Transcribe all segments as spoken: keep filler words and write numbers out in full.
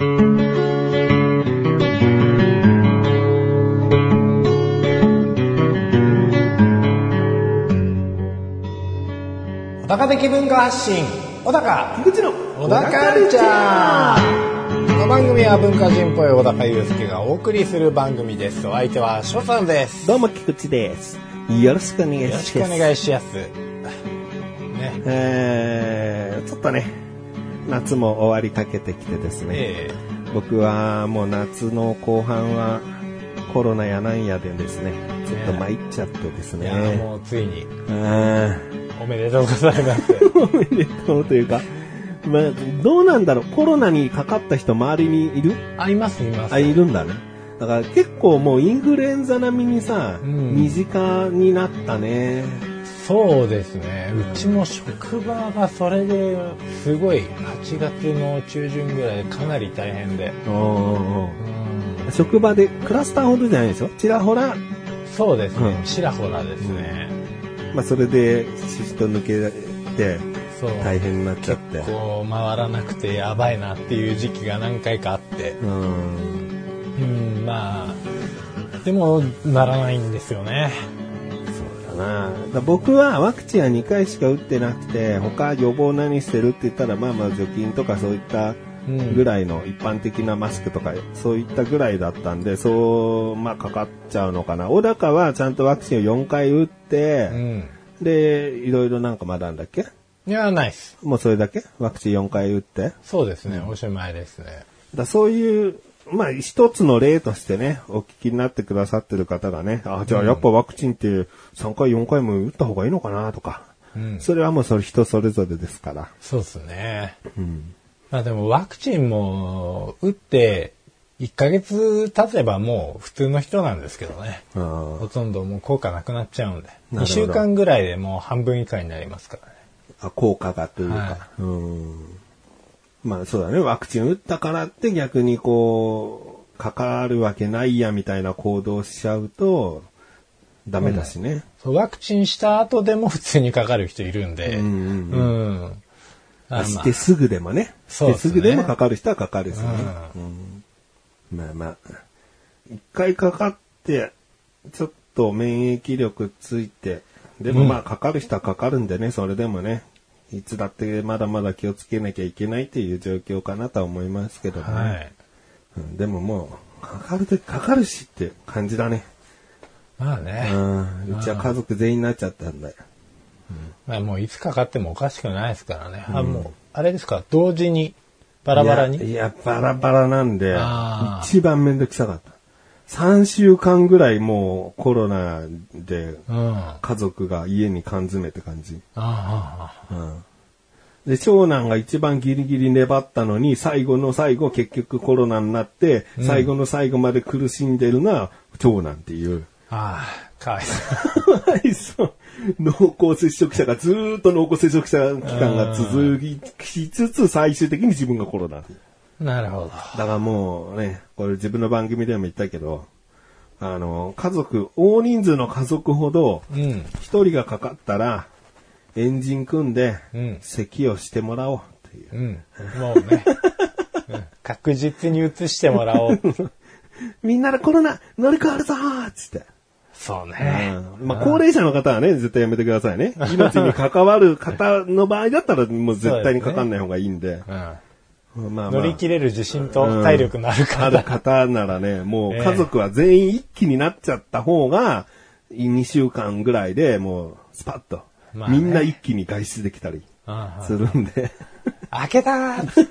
小高的文化発信、小高菊池の小高カルチャー。この番組は文化人っぽい小高祐介がお送りする番組です。お相手は翔さんです。 どうも菊池です。よろしくお願いします。 よろしくお願いします。ね、 えー、ちょっとね、夏も終わりかけてきてですね、えー、僕はもう夏の後半はコロナやなんやでですね、ちょっと参っちゃってですね。 いやもうついに。 あおめでとうございます。 おめでとうというか、まあ、どうなんだろう、コロナにかかった人周りにいる？ あ、いますいます。 あ、いるんだね。だから結構もうインフルエンザ並みにさ、うん、身近になったね。 そうですね。うちも職場がそれですごいはちがつの中旬ぐらいでかなり大変で。 おーおー、うん、職場でクラスターほどじゃないでしょ？ちらほら。 そうですね。 うん、 ちらほらですね。 うん、まあそれでシフト抜けて大変になっちゃって。 結構回らなくてやばいなっていう時期が何回かあって。うん。うん、まあでもならないんですよね。 そうだな。だ僕はワクチンはにかいしか打ってなくて、他予防何してるって言ったら、まあまあ除菌とかそういったぐらいの一般的なマスクとか、そういったぐらいだったんで、そうまあかかっちゃうのかな。小高はちゃんとワクチンをよんかい打って、うん、でいろいろなんかまだあんだっけ？ いやないっす。 もうそれだけ？ワクチンよんかい打って？ そうですね。おしまいですね。 だそういうまあ一つの例としてね、お聞きになってくださってる方がね、あ、じゃあやっぱワクチンってさんかいよんかいも打った方がいいのかなとか、うん、それはもうそれ人それぞれですから。 そうですね。うん、まあでもワクチンも打っていっかげつ経てばもう普通の人なんですけどね。ほとんどもう効果なくなっちゃうんで、にしゅうかんぐらいでもう半分以下になりますからね。 あ、効果がというか。はい、うん、まあそうだね。ワクチン打ったからって逆にこう、かかるわけないやみたいな行動しちゃうとダメだしね。うん、 そうワクチンした後でも普通にかかる人いるんで。うんうんうんうん、あしてすぐでもね。してすぐでもかかる人はかかるしね。うんうん、まあまあ。一回かかって、ちょっと免疫力ついて、でもまあかかる人はかかるんでね、それでもね。いつだってまだまだ気をつけなきゃいけないっていう状況かなとは思いますけどね。はいうん、でももう、かかるときかかるしって感じだね。 まあね。 うん、うちは家族全員になっちゃったんだよ。 うんまあ、もういつかかってもおかしくないですからね。うん、あもうあれですか同時にバラバラにいや、いやバラバラなんで、一番めんどくさかった。さんしゅうかんぐらいもうコロナで家族が家に缶詰って感じ。ああうん、で、長男が一番ギリギリ粘ったのに、最後の最後結局コロナになって、うん、最後の最後まで苦しんでるのは長男っていう。 ああ、かわいそう。 かわいそう。濃厚接触者がずーっと濃厚接触者期間が続きつつ、最終的に自分がコロナ。 なるほど。 だからもうね、これ自分の番組でも言ったけど、あの、家族、大人数の家族ほど、一人がかかったら、エンジン組んで、咳をしてもらおうっていう。 うん、もうね、うん、確実に移してもらおう。 みんなでコロナ乗り越えるぞーっつって。 そうね。 うん、まあ、高齢者の方はね、絶対やめてくださいね。命に関わる方の場合だったら、もう絶対にかかんない方がいいんで。 まあまあ、乗り切れる自信と体力のある方、 うん、ある方ならね、もう家族は全員一気になっちゃった方が、にしゅうかんぐらいでもうスパッと、まあね、みんな一気に外出できたりするんで。 開けたーっつって、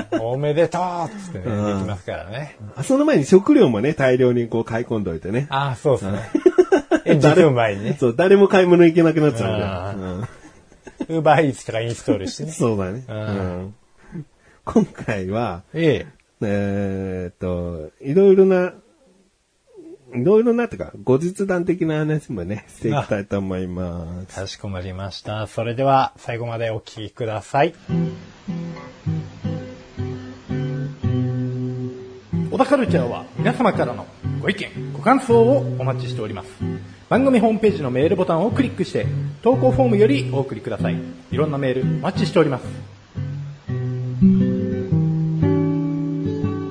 おめでとうっつってね、うん、できますからね。 その前に食料もね、大量にこう買い込んどいてね。 ああ、そうですね。エンジン組む前にね。 そう、誰も買い物行けなくなっちゃうんで。ウーバーイーツとかインストールしてね。 そうだね。うん今回は、えええー、っと、いろいろな、いろいろなってか、後日談的な話もね、していきたいと思います。 かしこまりました。それでは、最後までお聞きください。小田カルチャーは皆様からのご意見、ご感想をお待ちしております。番組ホームページのメールボタンをクリックして、投稿フォームよりお送りください。いろんなメールお待ちしております。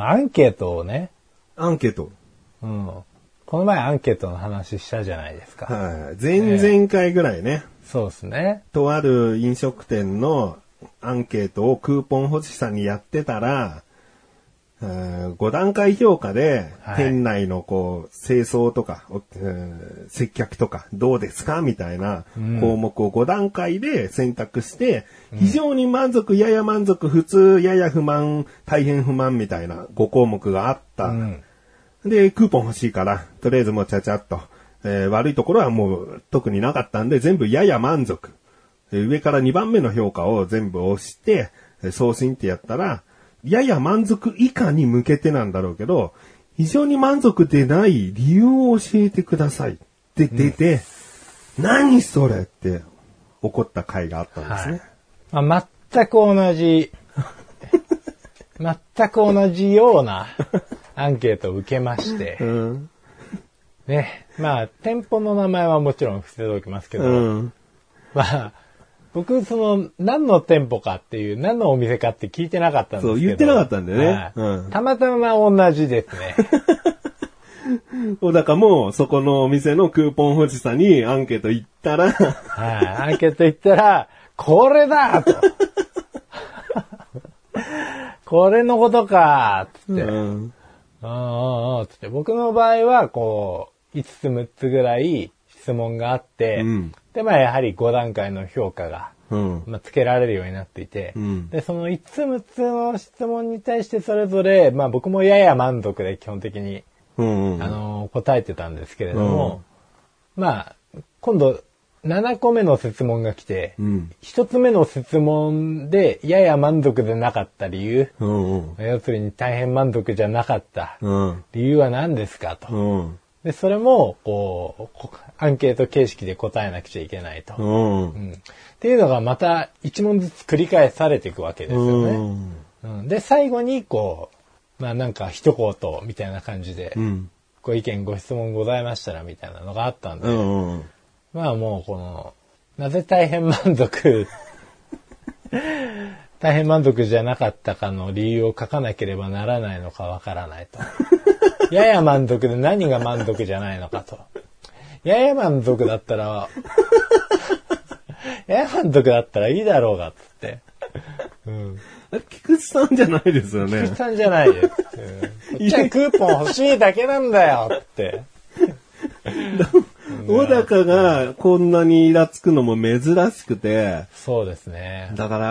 の、アンケートをね。 アンケート。 うん。この前アンケートの話したじゃないですか。 はい。前々回ぐらいね。 えー、そうですね。 とある飲食店のアンケートをクーポン欲しさんにやってたら、ご段階評価で、店内のこう、清掃とか、接客とか、どうですかみたいな項目をご段階で選択して、非常に満足、やや満足、普通、やや不満、大変不満みたいなご項目があった。うん、で、クーポン欲しいから、とりあえずもうちゃちゃっと、えー、悪いところはもう特になかったんで、全部やや満足。上からにばんめの評価を全部押して、送信ってやったら、やや満足以下に向けてなんだろうけど、非常に満足でない理由を教えてくださいって出て、うん、何それって怒った回があったんですね。 はい、まあ、全く同じ、全く同じようなアンケートを受けまして、うん、ね、まあ、店舗の名前はもちろん伏せておきますけど、うん、まあ、僕、その、何の店舗かっていう、何のお店かって聞いてなかったんですけど。 そう、言ってなかったんだよね。はいうん、たまたま同じですね。 小高も、そこのお店のクーポン欲しさにアンケート行ったら、 はい、アンケート行ったら、これだと。これのことかつって。うん。ああ、つって。僕の場合は、こう、いつつむっつぐらい質問があって、うんで、まあやはりご段階の評価が、うんまあ、つけられるようになっていて、うん、で、そのいつつむっつの質問に対してそれぞれ、まあ僕もやや満足で基本的に、うんうん、あの、答えてたんですけれども、うん、まあ、今度ななこめの質問が来て、うん、ひとつめの質問でやや満足でなかった理由、うんうん、要するに大変満足じゃなかった理由は何ですかと。うんで、それも、こう、アンケート形式で答えなくちゃいけないと。うんうん、っていうのがまた一問ずつ繰り返されていくわけですよね。うんうん、で、最後に、こう、まあなんか一言みたいな感じで、うん、ご意見ご質問ございましたらみたいなのがあったんで、うんうん、まあもうこの、なぜ大変満足、大変満足じゃなかったかの理由を書かなければならないのかわからないと。やや満足で何が満足じゃないのかと。やや満足だったら、やや満足だったらいいだろうが、つって。 うん。菊池さんじゃないですよね。 菊池さんじゃないです。うん、こっちはクーポン欲しいだけなんだよ、って。 小高がこんなにイラつくのも珍しくて。 そうですね。 だから、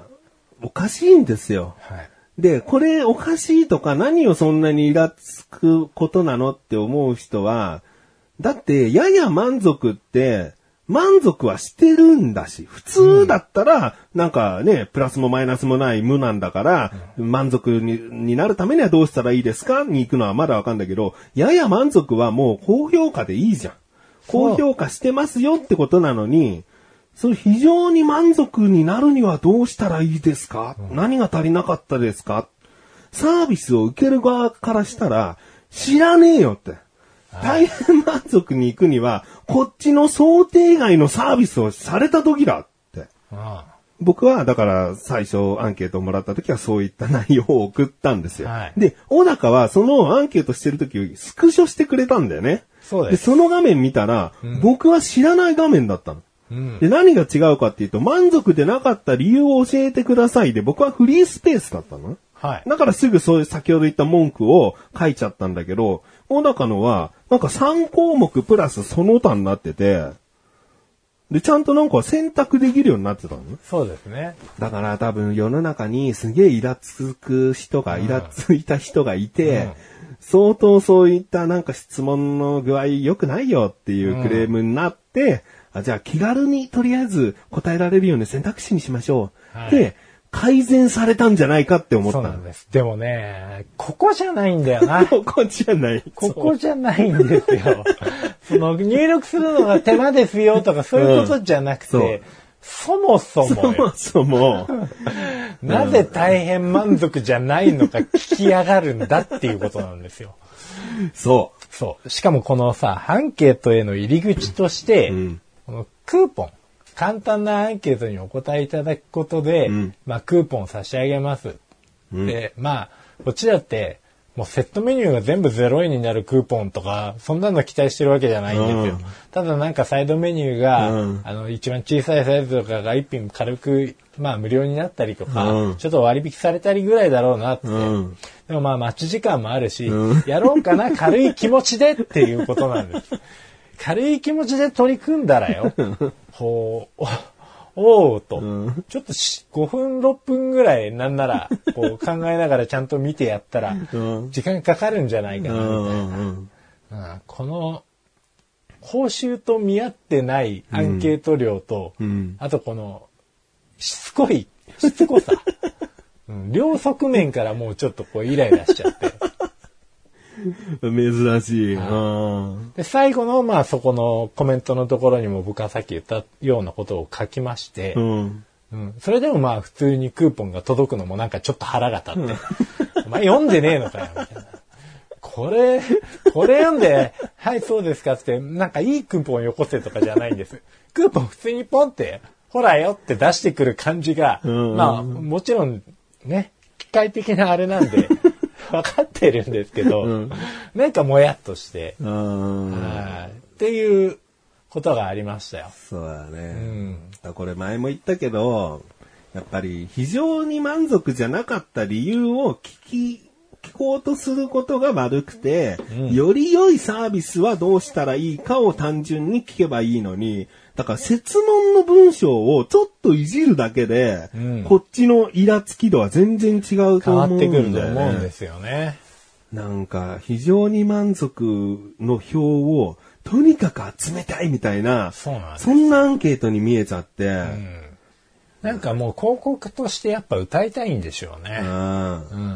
おかしいんですよ。はい。で、これおかしいとか何をそんなにイラつくことなのって思う人は、だってやや満足って満足はしてるんだし、普通だったらなんかね、プラスもマイナスもない無なんだから、満足に、になるためにはどうしたらいいですかに行くのはまだわかんだけど、やや満足はもう高評価でいいじゃん。高評価してますよってことなのに、それ非常に満足になるにはどうしたらいいですか、うん、何が足りなかったですかサービスを受ける側からしたら、知らねえよって。大変満足に行くには、こっちの想定外のサービスをされた時だって。ああ僕は、だから最初アンケートをもらった時はそういった内容を送ったんですよ。はい、で、小高はそのアンケートしてる時スクショしてくれたんだよね。 そうです。 で、その画面見たら、うん、僕は知らない画面だったの。うん、で、何が違うかっていうと、満足でなかった理由を教えてくださいで、僕はフリースペースだったの。はい。だからすぐそういう先ほど言った文句を書いちゃったんだけど、小高のは、なんかさんこうもくプラスその他になってて、で、ちゃんとなんか選択できるようになってたのね。 そうですね。 だから多分世の中にすげえイラつく人が、うん、イラついた人がいて、うん、相当そういったなんか質問の具合良くないよっていうクレームになって、うん、あじゃあ気軽にとりあえず答えられるように選択肢にしましょう。はい、で、改善されたんじゃないかって思った。 そうなんです。でもね、ここじゃないんだよな。 ここじゃない。 ここじゃないんですよ。その入力するのが手間ですよとかそういうことじゃなくて、うん、そ, そもそもそもそもなぜ大変満足じゃないのか聞き上がるんだっていうことなんですよ。 そう。 そう。しかもこのさ、アンケートへの入り口として、うん、このクーポン。簡単なアンケートにお答えいただくことで、うん、まあクーポンを差し上げます。うん、で、まあ、こっちだって、 もうセットメニューが全部ゼロえんになるクーポンとか、そんなの期待してるわけじゃないんですよ。うん、ただなんかサイドメニューが、うん、あの、一番小さいサイズとかが一品軽く、まあ無料になったりとか、うん、ちょっと割引されたりぐらいだろうなって。うん、でもまあ待ち時間もあるし、うん、やろうかな、軽い気持ちでっていうことなんです。軽い気持ちで取り組んだらよ、こう、おーと、うん、ちょっとごふん、ろっぷんぐらいなんなら、こう考えながらちゃんと見てやったら、時間かかるんじゃないかな、みたいな。うんうん、この、報酬と見合ってないアンケート量と、うん、あとこの、しつこい、しつこさ。うん、両側面からもうちょっとこうイライラしちゃって。 珍しい。 で、最後の、まあそこのコメントのところにも僕はさっき言ったようなことを書きまして、うんうん、それでもまあ普通にクーポンが届くのもなんかちょっと腹が立って、うん、お前読んでねえのかよ、みたいな。これ、これ読んで、はいそうですかって、なんかいいクーポンよこせとかじゃないんです。クーポン普通にポンって、ほらよって出してくる感じが、うんうん、まあもちろんね、機械的なあれなんで、分かってるんですけど、うん、なんかもやっとして、っていうことがありましたよ。 そうだね。うん、これ前も言ったけど、やっぱり非常に満足じゃなかった理由を聞き、聞こうとすることが悪くて、うん、より良いサービスはどうしたらいいかを単純に聞けばいいのに、だから設問の文章をちょっといじるだけで、うん、こっちのイラつき度は全然違うと思うんだよね。変わってくると思うんですよね。なんか非常に満足の票をとにかく集めたいみたいな、そうなんです。そんなアンケートに見えちゃって、うんなんかもう広告としてやっぱ歌いたいんでしょうね。うん、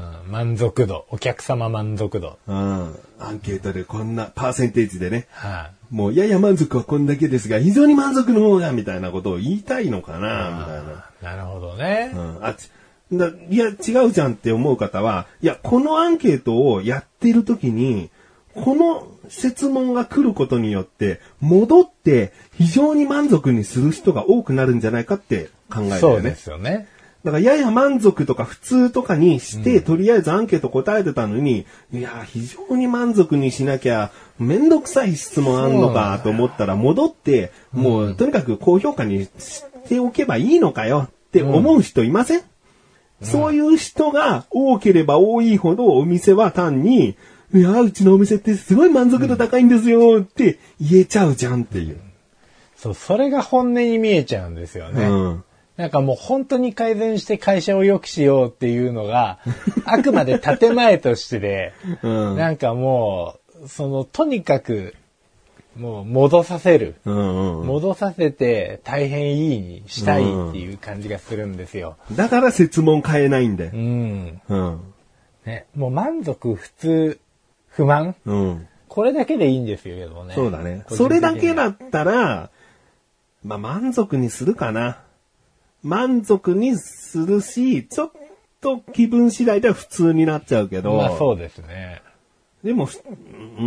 満足度、お客様満足度。 うん、アンケートでこんなパーセンテージでね、はあ、もうやや満足はこんだけですが、非常に満足の方がみたいなことを言いたいのかなみたいな。なるほどね。 うん、あだいや違うじゃんって思う方は、いやこのアンケートをやってる時に。この設問が来ることによって戻って非常に満足にする人が多くなるんじゃないかって考えるよね。 そうですよね。 だからやや満足とか普通とかにして、うん、とりあえずアンケート答えてたのに、いや非常に満足にしなきゃめんどくさい質問あんのかと思ったら戻って、もうとにかく高評価にしておけばいいのかよって思う人いません？うん、そういう人が多ければ多いほどお店は単にいや、うちのお店ってすごい満足度高いんですよって言えちゃうじゃんっていう。 そう、それが本音に見えちゃうんですよね。うん、なんかもう本当に改善して会社を良くしようっていうのが、あくまで建前としてで、うん、なんかもう、その、とにかく、もう戻させる、うんうんうん。戻させて大変いいにしたいっていう感じがするんですよ。 だから設問変えないんで。 うん。うん。ね、もう満足、普通、不満、うん、これだけでいいんですけどね。 そうだね。それだけだったら、まあ満足にするかな。満足にするし、ちょっと気分次第では普通になっちゃうけど。 まあそうですね。 でも、うん、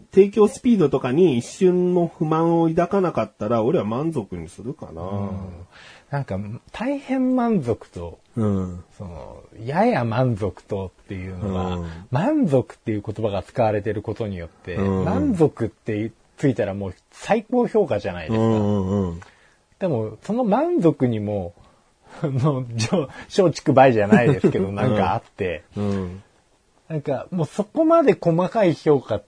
提供スピードとかに一瞬の不満を抱かなかったら、俺は満足にするかな。うん、 なんか、大変満足と、うん、その、やや満足とっていうのが、うん、満足っていう言葉が使われていることによって、うん、満足ってついたらもう最高評価じゃないですか。うんうん、でも、その満足にも、の、松竹梅じゃないですけど、なんかあって、うんうんなんか、もうそこまで細かい評価って、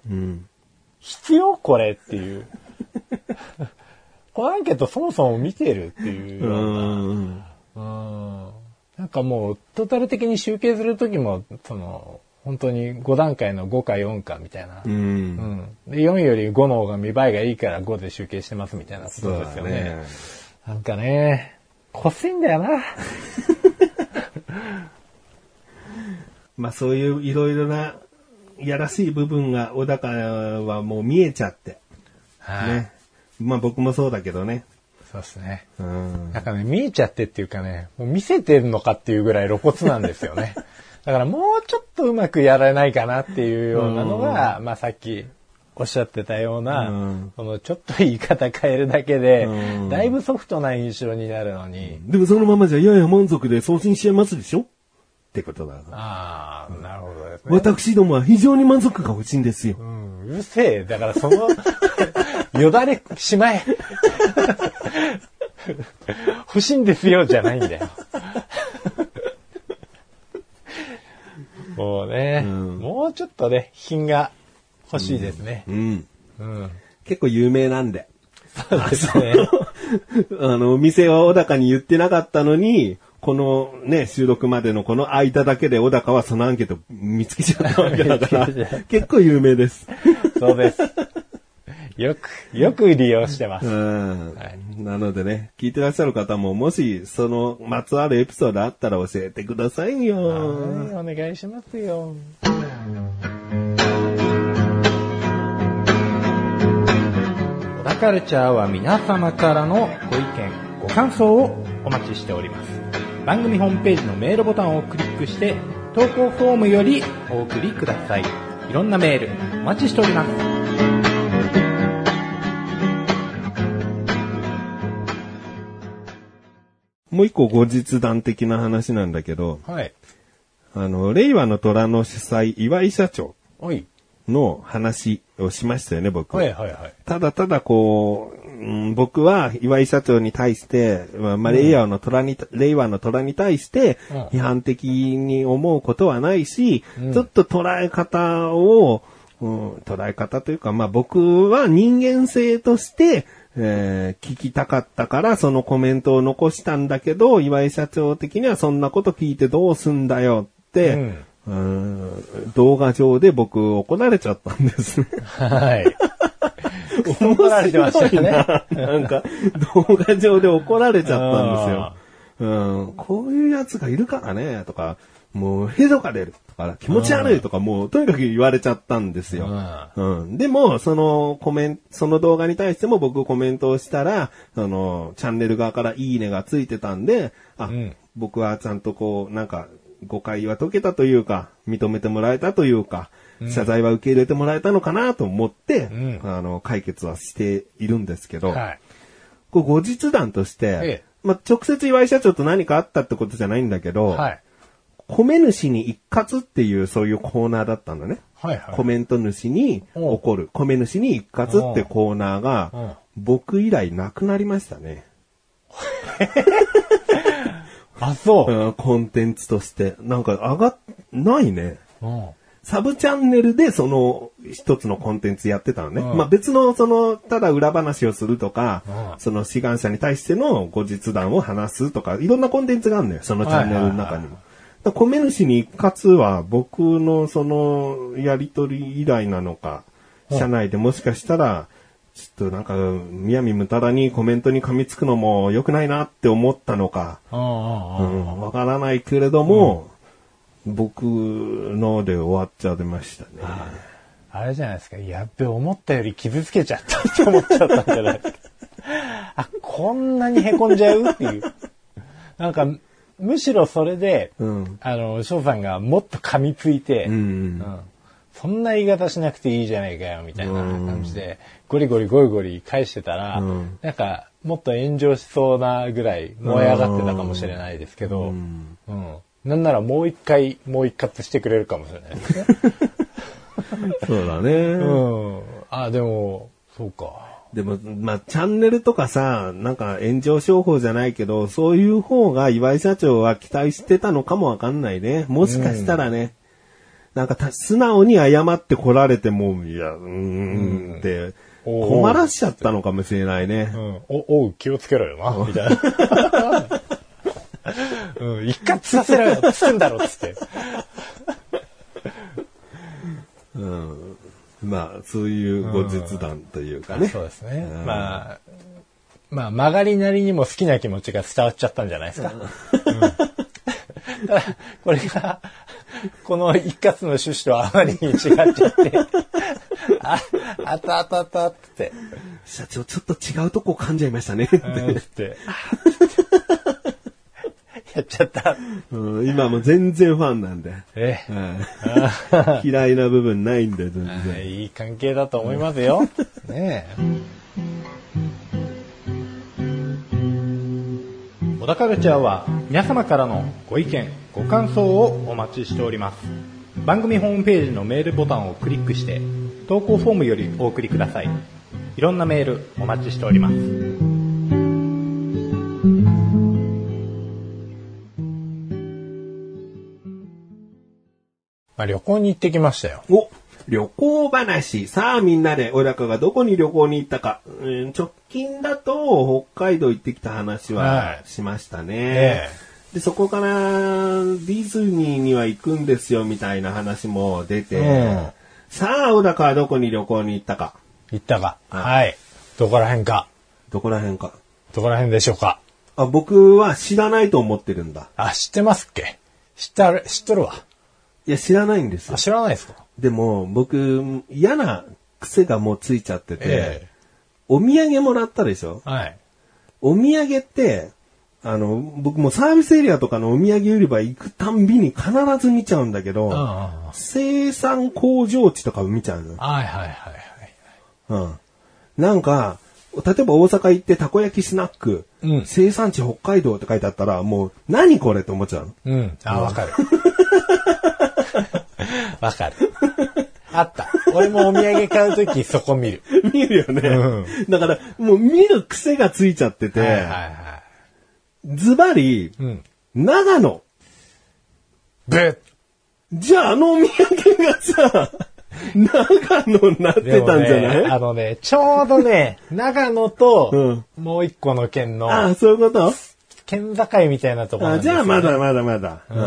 うん、必要これっていう。このアンケートそもそも見てるっていうような。うんうんなんかもう、トータル的に集計するときも、その、本当にご段階のごかよんかみたいな。うんうん、でよんよりごの方が見栄えがいいからごで集計してますみたいなことですよね。ねなんかね、こすいんだよな。 まあそういういろいろなやらしい部分が小高はもう見えちゃって。はい。ね。まあ僕もそうだけどね。 そうですね。うん。なんかね、見えちゃってっていうかね、もう見せてるのかっていうぐらい露骨なんですよね。だからもうちょっとうまくやられないかなっていうようなのが、まあさっきおっしゃってたような、うん、そのちょっと言い方変えるだけで、うん、だいぶソフトな印象になるのに。 でもそのままじゃやや満足で送信しちゃいますでしょってことだな。 ああ、なるほどでですね。 私どもは非常に満足が欲しいんですよ。 うん、うるせえ。だからその、よだれしまえ。欲しいんですよ、じゃないんだよ。もうね、うん、もうちょっとね、品が欲しいですね。 うん。うん。うん、結構有名なんで。 そうですね。 あの、お店は小高に言ってなかったのに、このね、収録までのこの間だけで小高はそのアンケート見つけちゃったわけだから、結構有名です。 そうです。よく、よく利用してます。 うんはい、なのでね、聞いてらっしゃる方も、もしそのまつわるエピソードあったら教えてくださいよ。 はい、お願いしますよ。小田カルチャーは皆様からのご意見、ご感想をお待ちしております。番組ホームページのメールボタンをクリックして投稿フォームよりお送りください。いろんなメールお待ちしております。 もう一個後日談的な話なんだけど、はい、あの令和の虎の主催岩井社長の話をしましたよね、僕。 はいはいはい、 ただただこう、うん、僕は岩井社長に対して、まあ、令和の虎に、うん、令和の虎に対して批判的に思うことはないし、うん、ちょっと捉え方を、うん、捉え方というか、まあ僕は人間性として、えー、聞きたかったからそのコメントを残したんだけど、岩井社長的にはそんなこと聞いてどうすんだよって、うんうーん動画上で僕怒られちゃったんですね。はい。 怒られてましたね。 なんか動画上で怒られちゃったんですよ。うん、こういうやつがいるからねとか、もうヘドが出るとか気持ち悪いとか、もうとにかく言われちゃったんですよ。うん、でもそのコメント、その動画に対しても僕コメントをしたら、そのチャンネル側からいいねがついてたんで、あ、うん、僕はちゃんとこうなんか誤解は解けたというか、認めてもらえたというか、うん、謝罪は受け入れてもらえたのかなと思って、うん、あの解決はしているんですけど、はい、こう後日談として、ええ、まあ、直接岩井社長と何かあったってことじゃないんだけど、はい、米主に一括っていうそういうコーナーだったのね。はいはい、コメント主に怒る、米主に一括ってコーナーが、僕以来なくなりましたね。 あ、そう、 うん。コンテンツとして。なんか上がっ、ないね。サブチャンネルでその一つのコンテンツやってたのね。まあ別のその、ただ裏話をするとか、その志願者に対しての後日談を話すとか、いろんなコンテンツがあるのよ。そのチャンネルの中にも。米主に一括は僕のそのやりとり以来なのか、社内でもしかしたら、ちょっとなんか、みやみむたらにコメントに噛みつくのも良くないなって思ったのか、うん、わからないけれども、うん、僕ので終わっちゃいましたね。 あれじゃないですか、やっべ、思ったより傷つけちゃったって思っちゃったんじゃないですか。あ、こんなに凹んじゃうっていう。なんか、むしろそれで、うん、あの、翔さんがもっと噛みついて、うんうんうんそんな言い方しなくていいじゃないかよみたいな感じでゴリゴリゴリゴリ返してたら、うん、なんかもっと炎上しそうなぐらい燃え上がってたかもしれないですけど、うんうん、なんならもう一回もう一括してくれるかもしれないですね。 そうだね。 うん。あ、でもそうか。 でもまあチャンネルとかさ、なんか炎上商法じゃないけど、そういう方が岩井社長は期待してたのかもわかんないね。もしかしたらね。うんなんかた素直に謝って来られても、いや、うーんって困らしちゃったのかもしれないね。 うん、お、おう、気をつけろよな、みたいな。うん、一括させろよ、つくんだろ、つって。 うん、まあ、そういう後日談というかね。うん、 そうですね。うん、まあ、まあ、曲がりなりにも好きな気持ちが伝わっちゃったんじゃないですか。うんうん、ただ、これが、この一括の趣旨とあまりに違っちゃって、あ、あたあたあたって。 社長、ちょっと違うとこ噛んじゃいましたね。って。 やっちゃった、 うん。今も全然ファンなんで。ええ、嫌いな部分ないんで、全然。 いい関係だと思いますよ。ねえ。小田カルチャーは皆様からのご意見、ご感想をお待ちしております。 番組ホームページのメールボタンをクリックして投稿フォームよりお送りください。いろんなメールお待ちしております。まあ、旅行に行ってきましたよ。 お、旅行話。さあみんなで小高がどこに旅行に行ったか、うん、直近だと北海道行ってきた話はしましたね、はいね。でそこからディズニーには行くんですよみたいな話も出て、うん、さあ小高はどこに旅行に行ったか。 行ったか。はい。はい、どこら辺か。 どこら辺か。 どこら辺でしょうか。 あ、僕は知らないと思ってるんだ。 あ、知ってますっけ？知ったる、知っとるわ。 いや、知らないんですよ。 あ、知らないですか？ でも、僕、嫌な癖がもうついちゃってて、えー、お土産もらったでしょ？ はい。 お土産って、あの、僕もサービスエリアとかのお土産売り場行くたんびに必ず見ちゃうんだけど、 ああ生産工場地とかを見ちゃうの。 はいはいはいはい。 うん。なんか、例えば大阪行ってたこ焼きスナック、うん、生産地北海道って書いてあったら、もう何これって思っちゃうの。 うん。あ、わかる。わかる。あった。俺もお土産買うときそこ見る。 見るよね。うん、だから、もう見る癖がついちゃってて、 はいはいはい、 ズバリ、うん、長野。 ブッ。じゃああのお土産がさ、長野になってたんじゃない？ ね、あのね、ちょうどね、長野と、もう一個の県の、 ああ、そういうこと県境みたいなところなんですよ、ね。 あ、じゃあまだまだまだ。 うん。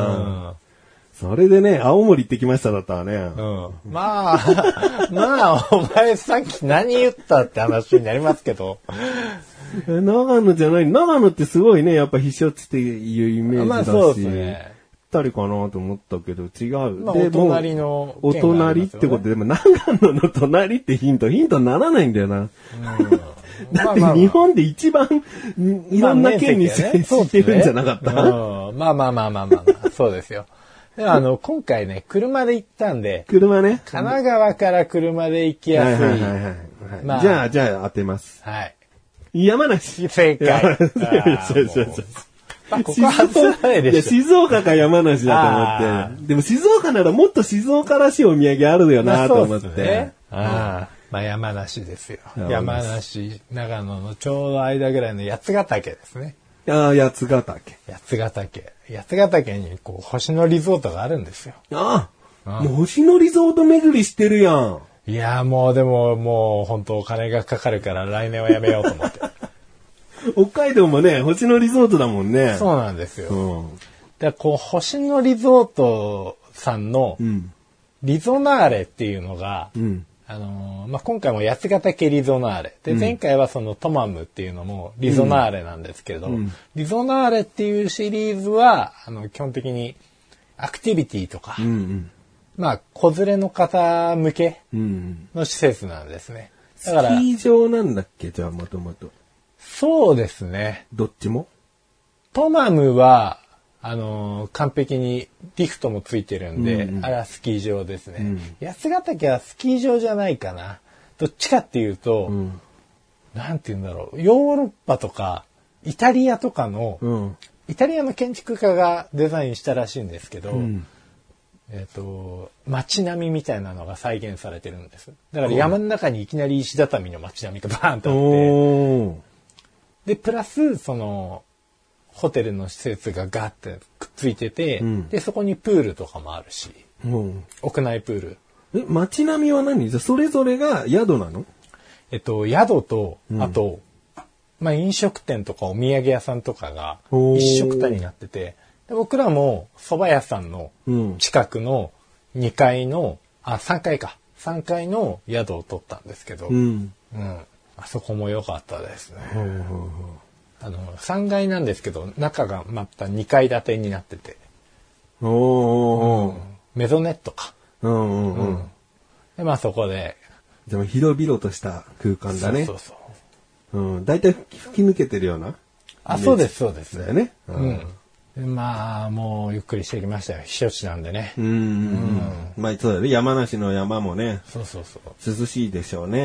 それでね、青森行ってきましただったわね。 うん。まあ、まあ、お前さっき何言ったって話になりますけど。 長野じゃない。長野ってすごいね、やっぱ避暑地っていうイメージだし。 まあそうですね。 ぴったりかなと思ったけど違う。 まあ、お隣の、ね、 お隣ってことで、でも長野の隣ってヒント、ヒントにならないんだよな。うん、だって日本で一番いろんな県に接してるんじゃなかった、 まあねうん、まあまあまあまあまあ、まあ、そうですよ。でもあの、今回ね、車で行ったんで。 車ね。 神奈川から車で行きやすい。 はいはいはいはい、まあ。じゃあ、じゃあ当てます。 はい。 山梨。 正解。 そうそうそう。 まあ、ここは外さないでしょ。 静岡か山梨だと思って。でも静岡ならもっと静岡らしいお土産あるよなと思って。まあ、そうですね。 ああ。まあ山梨ですよ。山梨、長野のちょうど間ぐらいの八ヶ岳ですね。 ああ、八ヶ岳。 八ヶ岳。八ヶ岳にこう星野リゾートがあるんですよ。 ああ。もう星野リゾート巡りしてるやん。 いやもうでももう本当お金がかかるから来年はやめようと思って。 北海道もね、星野リゾートだもんね。 そうなんですよ。うん、でこう星野リゾートさんのリゾナーレっていうのが、うんあのーまあ、今回も八ヶ岳リゾナーレで、前回はそのトマムっていうのもリゾナーレなんですけど、うん、リゾナーレっていうシリーズはあの基本的にアクティビティとか、うんうん、まあ子連れの方向けの施設なんですね。だからスキー場なんだっけじゃあもともと。 そうですね。 どっちも？ トマムはあのー、完璧にリフトもついてるんで、うんうん、あれはスキー場ですね、うん。八ヶ岳はスキー場じゃないかな。どっちかっていうと、うん、なんて言うんだろう。ヨーロッパとか、イタリアとかの、うん、イタリアの建築家がデザインしたらしいんですけど、うん、えっと、街並みみたいなのが再現されてるんです。だから山の中にいきなり石畳の街並みがバーンとあって、で、プラス、その、ホテルの施設がガッてくっついてて、うん、で、そこにプールとかもあるし、うん、屋内プール。 え、街並みは何？じゃそれぞれが宿なの？ えっと、宿と、うん、あと、まあ、飲食店とかお土産屋さんとかが一緒くたになってて、で僕らも蕎麦屋さんの近くのにかいの、あ、さんがいか。さんがいの宿を取ったんですけど、うん。うん。あそこも良かったですね。うんうんうんあの、さんがいなんですけど、中がまたにかい建てになってて。 おーおー、 うん、メゾネットか。 うんうんうん。うん、 で、まあそこで。 でも広々とした空間だね。 そうそうそう。 うん。だいたい吹き抜けてるような。 あ、そうです、そうです。 だよね。 うん。うん、まあ、もうゆっくりしてきましたよ。避暑地なんでね。 うん。うん。まあ、そうだね。山梨の山もね。 そうそうそう。 涼しいでしょうね。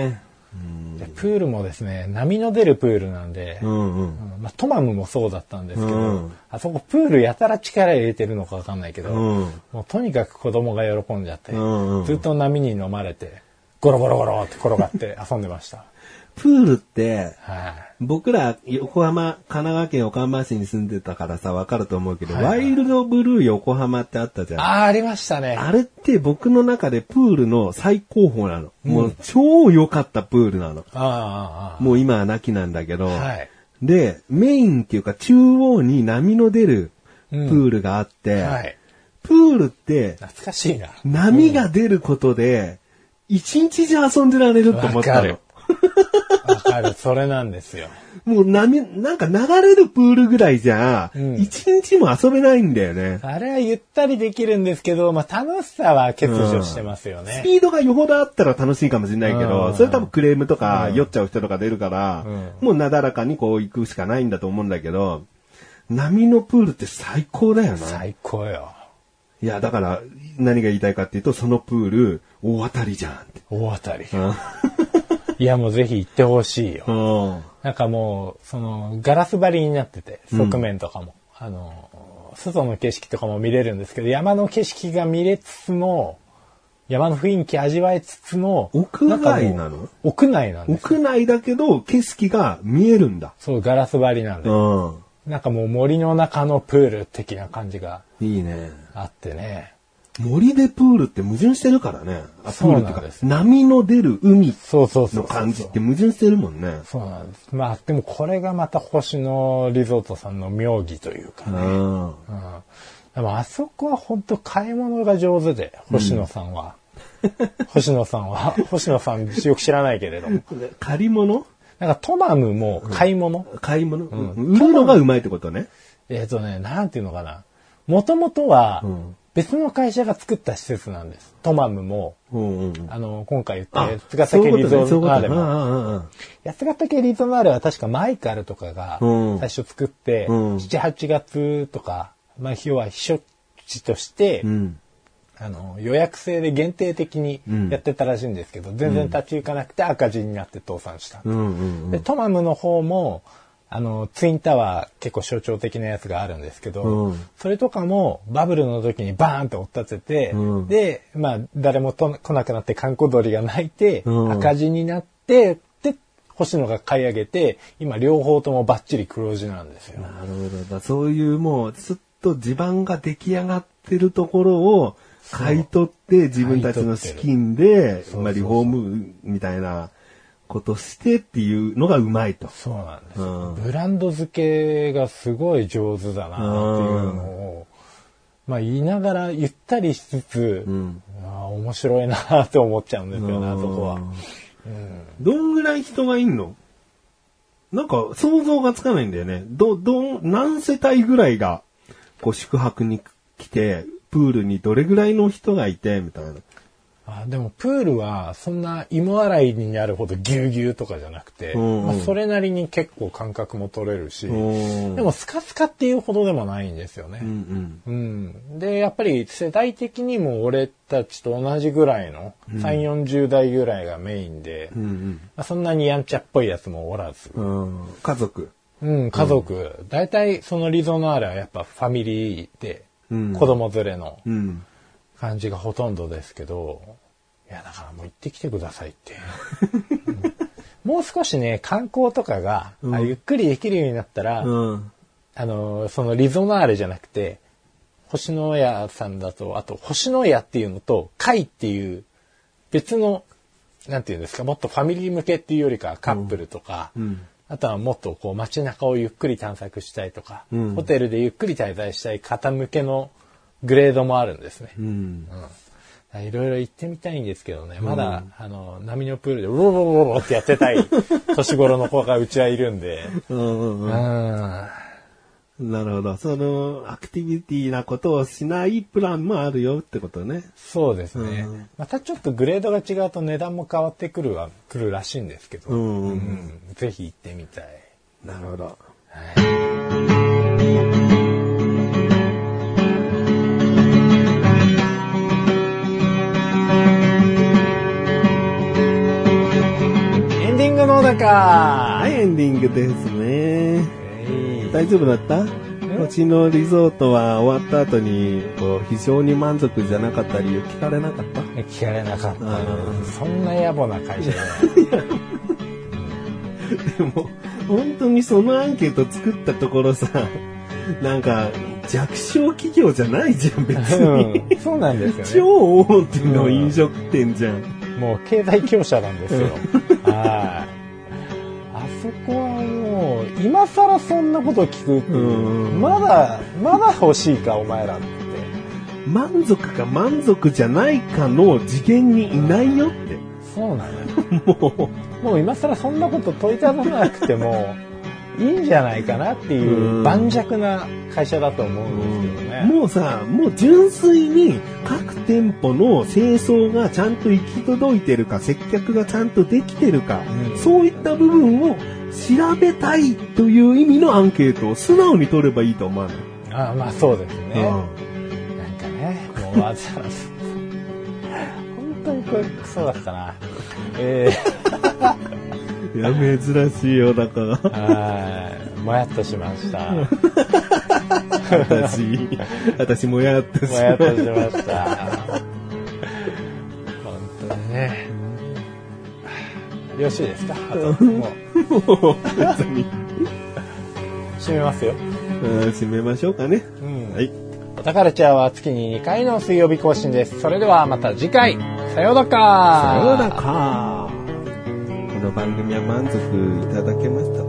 でプールもですね、波の出るプールなんで、うんうんうんまあ、トマムもそうだったんですけど、うん、あそこプールやたら力入れてるのかわかんないけど、うん、もうとにかく子供が喜んじゃって、うんうん、ずっと波に飲まれて、ゴロゴロゴロって転がって遊んでました。 プールって、はい、僕ら横浜、神奈川県横浜市に住んでたからさ、わかると思うけど、はいはい、ワイルドブルー横浜ってあったじゃん。 ああ、ありましたね。 あれって僕の中でプールの最高峰なの。うん、もう超良かったプールなの。ああもう今は亡きなんだけど、はい、で、メインっていうか中央に波の出るプールがあって、うんはい、プールって、 懐かしいな。 波が出ることで、一日中遊んでられると思ったの。 わかる。それなんですよ。 もう波、なんか流れるプールぐらいじゃ、一、うん、日も遊べないんだよね。 あれはゆったりできるんですけど、まあ楽しさは欠如してますよね、 うん。スピードがよほどあったら楽しいかもしれないけど、うん、それ多分クレームとか酔っちゃう人とか出るから、うん、もうなだらかにこう行くしかないんだと思うんだけど、波のプールって最高だよな。 最高よ。 いや、だから何が言いたいかっていうと、そのプール、大当たりじゃんって。 大当たり。うんいや、もうぜひ行ってほしいよ。なんかもう、その、ガラス張りになってて、側面とかも。うん、あの、外の景色とかも見れるんですけど、山の景色が見れつつも、山の雰囲気味わえつつも、 屋外なの？ 屋内なんです。 屋内だけど、景色が見えるんだ。 そう、ガラス張りなんで。うん、なんかもう森の中のプール的な感じが。 いいね。 あってね。 森でプールって矛盾してるからね。あ、プールってか、波の出る海の感じって矛盾してるもんね。 そうなんです。まあ、でもこれがまた星野リゾートさんの妙義というかね。うんうん、でもあそこは本当買い物が上手で、星野さんは。うん、星野さんは、星野さんよく知らないけれども。 借り物？ なんかトマムも買い物、 うん、買い物、うん、売るのがうまいってことね。 えっとね、なんていうのかな。もともとは、うん別の会社が作った施設なんです。トマムも、うんうん、あの、今回言った八ヶ岳リゾナーレも。八ヶ岳リゾナーレは確かマイカルとかが最初作って、うん、しち、はちがつとか、まあ、要は避暑地として、うん、あの、予約制で限定的にやってたらしいんですけど、うん、全然立ち行かなくて赤字になって倒産した。うんうんうん、で、トマムの方も、あの、ツインタワー結構象徴的なやつがあるんですけど、うん、それとかもバブルの時にバーンって追っ立てて、うん、で、まあ、誰もと来なくなって観光鳥が鳴いて、うん、赤字になって、で、星野が買い上げて、今両方ともバッチリ黒字なんですよ。 なるほど。そういうもう、ずっと地盤が出来上がってるところを買い取って自分たちの資金で、まあ、リフォームみたいな、ことしてっていうのがうまいと。 そうなんです、うん。ブランド付けがすごい上手だなっていうのを、まあ言いながらゆったりしつつ、うん、あ面白いなって思っちゃうんですよね、あそこは、うん。 どんぐらい人がいんの？なんか想像がつかないんだよね。ど、ど、何世帯ぐらいがこう宿泊に来て、プールにどれぐらいの人がいて、みたいな。 あでもプールはそんな芋洗いになるほどギュウギュウとかじゃなくて、うんうんまあ、それなりに結構感覚も取れるし、うん、でもスカスカっていうほどでもないんですよね、うんうんうん、でやっぱり世代的にも俺たちと同じぐらいの、うん、さんじゅう、よんじゅう代ぐらいがメインで、うんうんまあ、そんなにやんちゃっぽいやつもおらず、 うん、家族うん家族だいたいそのリゾナーレはやっぱファミリーで、うん、子供連れの、うん感じがほとんどですけど、いやだからもう行ってきてくださいって、うん、もう少しね観光とかが、うん、ゆっくりできるようになったら、うん、あのそのリゾナーレじゃなくて星のやさんだとあと星のやっていうのと海っていう別のなんていうんですかもっとファミリー向けっていうよりかカップルとか、うん、あとはもっとこう街中をゆっくり探索したいとか、ホテルでゆっくり滞在したい方向けのグレードもあるんですね。うんうん、いろいろ行ってみたいんですけどね、まだ、うん、あの波のプールでウォロウォロウォロってやってたい年頃の子がうちはいるんで。うんうんうんうん、なるほど。そのアクティビティなことをしないプランもあるよってことね。 そうですね。うん、またちょっとグレードが違うと値段も変わってくるはくるらしいんですけど、うんうんうん、ぜひ行ってみたい。 なるほど。はいか。 はい、エンディングですね。大丈夫だった？星野リゾートは終わった後にこう非常に満足じゃなかった理由聞かれなかった？ 聞かれなかった。そんな野暮な会社じゃない。 でも本当にそのアンケート作ったところさ、なんか弱小企業じゃないじゃん別に、 うん、そうなんですよね。 超大手の飲食店じゃん、うん、 もう経済強者なんですよ。はい。あそこはもう今更そんなこと聞くっていう、うん、まだまだ欲しいかお前らって。 満足か満足じゃないかの次元にいないよって。 そうなのよ。もうもう今更そんなこと問いただなくてもいいんじゃないかなっていう盤石な会社だと思うんですけどね。 もうさ、もう純粋に各店舗の清掃がちゃんと行き届いてるか、接客がちゃんとできてるか、うん、そういった部分を調べたいという意味のアンケートを素直に取ればいいと思わない？ ああ、まあそうですね。うん、なんかね、もうわざわざ本当にこれクソだったな。えー、いや珍しいよだから。 はい、もやっとしました。 私、私もやっとしました。 もやっとしました。本当にね。よろしいですか？あともう。もう別に。締めますよ。 締めましょうかね。 うん、 はい。 オタカルチャーは月ににかいの水曜日更新です。それではまた次回。さようなら。 さようなら。この番組は満足いただけましたか？